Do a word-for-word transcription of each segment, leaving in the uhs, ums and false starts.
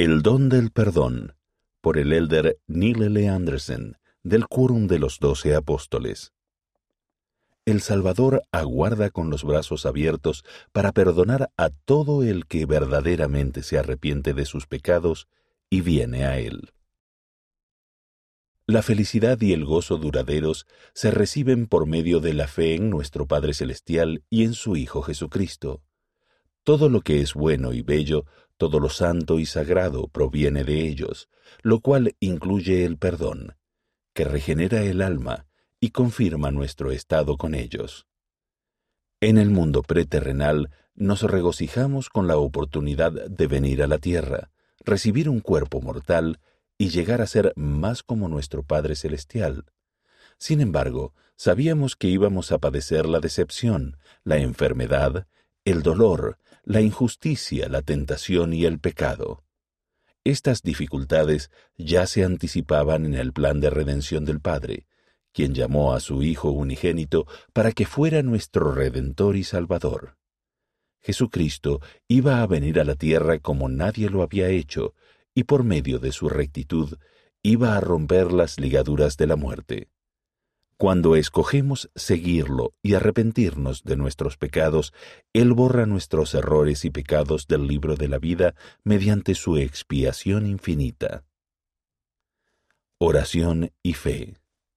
El don del perdón, por el elder Neil L. Anderson, del Quórum de los Doce Apóstoles. El Salvador aguarda con los brazos abiertos para perdonar a todo el que verdaderamente se arrepiente de sus pecados y viene a Él. La felicidad y el gozo duraderos se reciben por medio de la fe en nuestro Padre Celestial y en su Hijo Jesucristo. Todo lo que es bueno y bello, todo lo santo y sagrado proviene de ellos, lo cual incluye el perdón, que regenera el alma y confirma nuestro estado con ellos. En el mundo preterrenal nos regocijamos con la oportunidad de venir a la tierra, recibir un cuerpo mortal y llegar a ser más como nuestro Padre Celestial. Sin embargo, sabíamos que íbamos a padecer la decepción, la enfermedad, el dolor, la injusticia, la tentación y el pecado. Estas dificultades ya se anticipaban en el plan de redención del Padre, quien llamó a su Hijo unigénito para que fuera nuestro Redentor y Salvador. Jesucristo iba a venir a la tierra como nadie lo había hecho, y por medio de su rectitud iba a romper las ligaduras de la muerte. Cuando escogemos seguirlo y arrepentirnos de nuestros pecados, Él borra nuestros errores y pecados del libro de la vida mediante su expiación infinita. Oración y fe.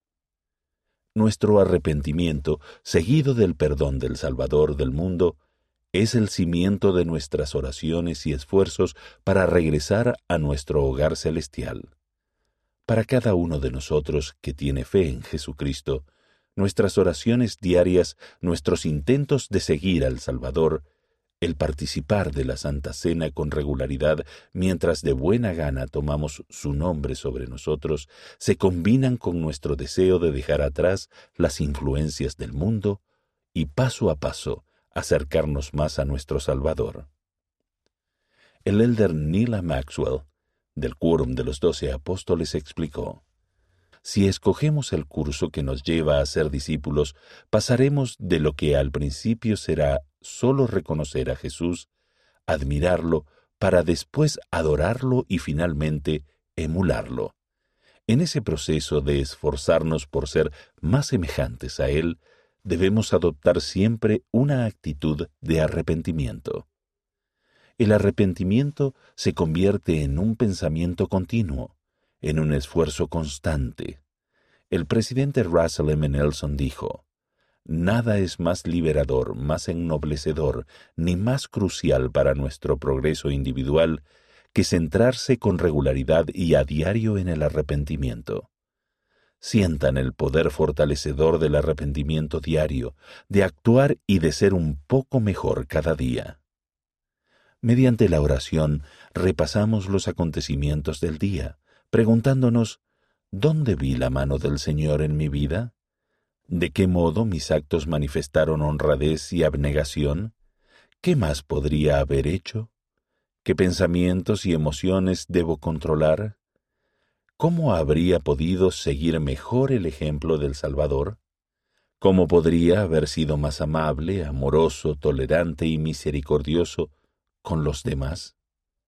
Nuestro arrepentimiento, seguido del perdón del Salvador del mundo, es el cimiento de nuestras oraciones y esfuerzos para regresar a nuestro hogar celestial. Para cada uno de nosotros que tiene fe en Jesucristo, nuestras oraciones diarias, nuestros intentos de seguir al Salvador, el participar de la Santa Cena con regularidad mientras de buena gana tomamos su nombre sobre nosotros, se combinan con nuestro deseo de dejar atrás las influencias del mundo y paso a paso acercarnos más a nuestro Salvador. El elder Neil A. Maxwell, del Quórum de los Doce Apóstoles, explicó: si escogemos el curso que nos lleva a ser discípulos, pasaremos de lo que al principio será solo reconocer a Jesús, admirarlo, para después adorarlo y finalmente emularlo. En ese proceso de esforzarnos por ser más semejantes a Él, debemos adoptar siempre una actitud de arrepentimiento. El arrepentimiento se convierte en un pensamiento continuo, en un esfuerzo constante. El presidente Russell M. Nelson dijo: «Nada es más liberador, más ennoblecedor, ni más crucial para nuestro progreso individual que centrarse con regularidad y a diario en el arrepentimiento». Sientan el poder fortalecedor del arrepentimiento diario, de actuar y de ser un poco mejor cada día. Mediante la oración, repasamos los acontecimientos del día, preguntándonos: ¿dónde vi la mano del Señor en mi vida? ¿De qué modo mis actos manifestaron honradez y abnegación? ¿Qué más podría haber hecho? ¿Qué pensamientos y emociones debo controlar? ¿Cómo habría podido seguir mejor el ejemplo del Salvador? ¿Cómo podría haber sido más amable, amoroso, tolerante y misericordioso con los demás?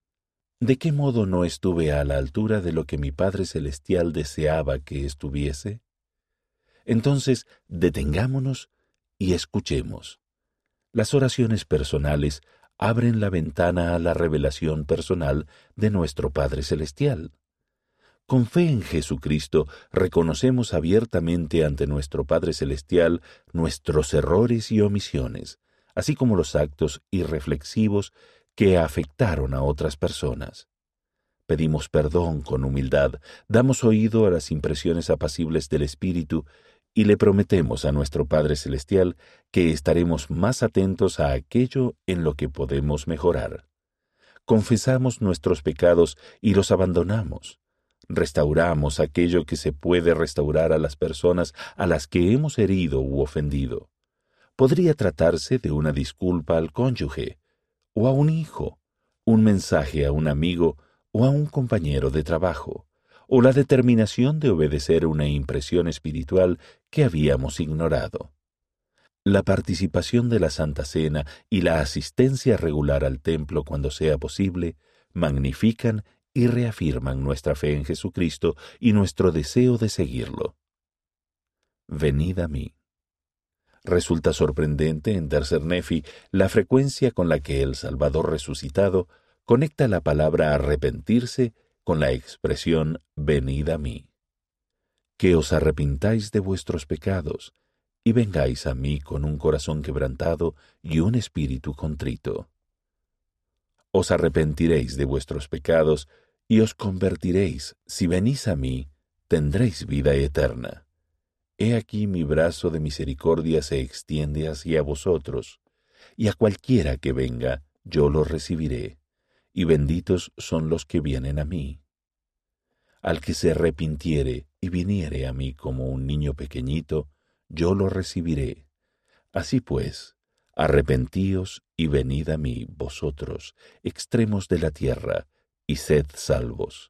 ¿De qué modo no estuve a la altura de lo que mi Padre Celestial deseaba que estuviese? Entonces, detengámonos y escuchemos. Las oraciones personales abren la ventana a la revelación personal de nuestro Padre Celestial. Con fe en Jesucristo, reconocemos abiertamente ante nuestro Padre Celestial nuestros errores y omisiones, así como los actos irreflexivos que afectaron a otras personas. Pedimos perdón con humildad, damos oído a las impresiones apacibles del Espíritu y le prometemos a nuestro Padre Celestial que estaremos más atentos a aquello en lo que podemos mejorar. Confesamos nuestros pecados y los abandonamos. Restauramos aquello que se puede restaurar a las personas a las que hemos herido u ofendido. Podría tratarse de una disculpa al cónyuge, o a un hijo, un mensaje a un amigo o a un compañero de trabajo, o la determinación de obedecer una impresión espiritual que habíamos ignorado. La participación de la Santa Cena y la asistencia regular al templo cuando sea posible magnifican y reafirman nuestra fe en Jesucristo y nuestro deseo de seguirlo. Venid a mí. Resulta sorprendente en Tercer Nefi la frecuencia con la que el Salvador resucitado conecta la palabra arrepentirse con la expresión venid a mí. Que os arrepintáis de vuestros pecados y vengáis a mí con un corazón quebrantado y un espíritu contrito. Os arrepentiréis de vuestros pecados y os convertiréis. Si venís a mí, tendréis vida eterna. He aquí mi brazo de misericordia se extiende hacia vosotros, y a cualquiera que venga, yo lo recibiré, y benditos son los que vienen a mí. Al que se arrepintiere y viniere a mí como un niño pequeñito, yo lo recibiré. Así pues, arrepentíos y venid a mí, vosotros, extremos de la tierra, y sed salvos.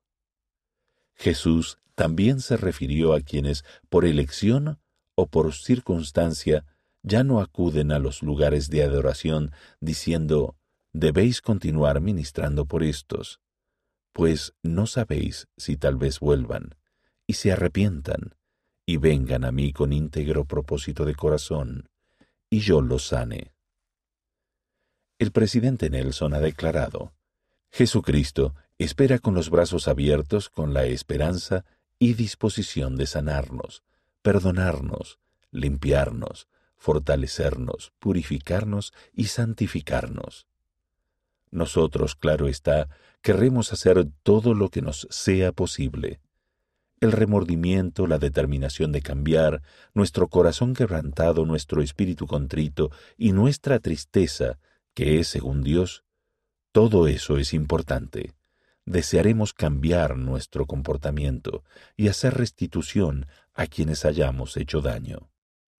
Jesús también se refirió a quienes, por elección o por circunstancia, ya no acuden a los lugares de adoración, diciendo, debéis continuar ministrando por estos, pues no sabéis si tal vez vuelvan, y se arrepientan, y vengan a mí con íntegro propósito de corazón, y yo los sane. El presidente Nelson ha declarado, Jesucristo espera con los brazos abiertos con la esperanza y disposición de sanarnos, perdonarnos, limpiarnos, fortalecernos, purificarnos y santificarnos. Nosotros, claro está, querremos hacer todo lo que nos sea posible. El remordimiento, la determinación de cambiar, nuestro corazón quebrantado, nuestro espíritu contrito y nuestra tristeza, que es según Dios, todo eso es importante. Desearemos cambiar nuestro comportamiento y hacer restitución a quienes hayamos hecho daño.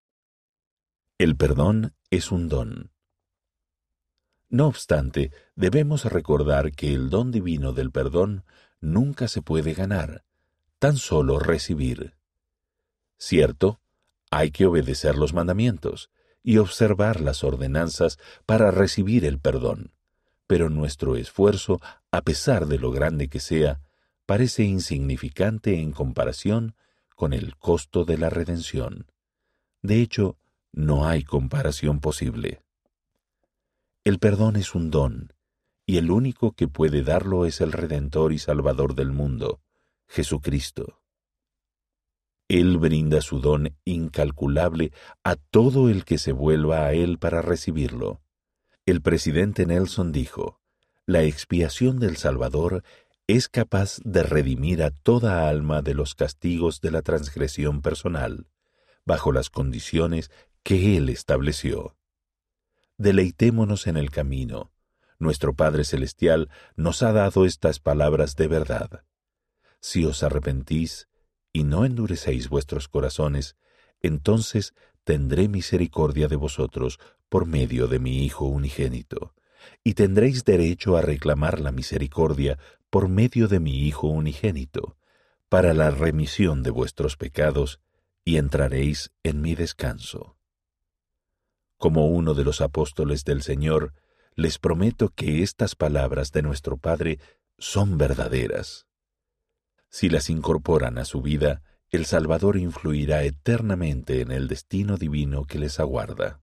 El perdón es un don. No obstante, debemos recordar que el don divino del perdón nunca se puede ganar, tan solo recibir. Cierto, hay que obedecer los mandamientos y observar las ordenanzas para recibir el perdón. Pero nuestro esfuerzo, a pesar de lo grande que sea, parece insignificante en comparación con el costo de la redención. De hecho, no hay comparación posible. El perdón es un don, y el único que puede darlo es el Redentor y Salvador del mundo, Jesucristo. Él brinda su don incalculable a todo el que se vuelva a Él para recibirlo. El presidente Nelson dijo, la expiación del Salvador es capaz de redimir a toda alma de los castigos de la transgresión personal, bajo las condiciones que Él estableció. Deleitémonos en el camino. Nuestro Padre Celestial nos ha dado estas palabras de verdad. Si os arrepentís y no endurecéis vuestros corazones, entonces tendré misericordia de vosotros por medio de mi Hijo unigénito, y tendréis derecho a reclamar la misericordia por medio de mi Hijo unigénito, para la remisión de vuestros pecados, y entraréis en mi descanso. Como uno de los apóstoles del Señor, les prometo que estas palabras de nuestro Padre son verdaderas. Si las incorporan a su vida, el Salvador influirá eternamente en el destino divino que les aguarda.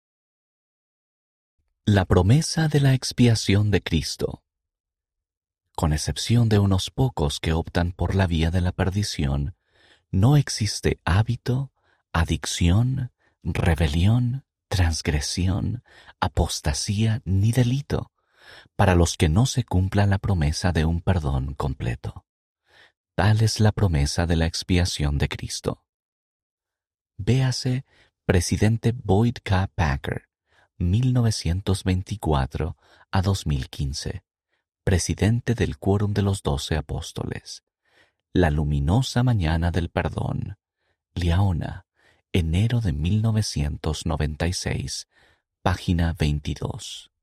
La promesa de la expiación de Cristo. Con excepción de unos pocos que optan por la vía de la perdición, no existe hábito, adicción, rebelión, transgresión, apostasía ni delito para los que no se cumpla la promesa de un perdón completo. Tal es la promesa de la expiación de Cristo. Véase Presidente Boyd K. Packer, mil novecientos veinticuatro a dos mil quince, presidente del Quórum de los Doce Apóstoles. La luminosa mañana del perdón. Liaona, enero de mil novecientos noventa y seis, página veintidós.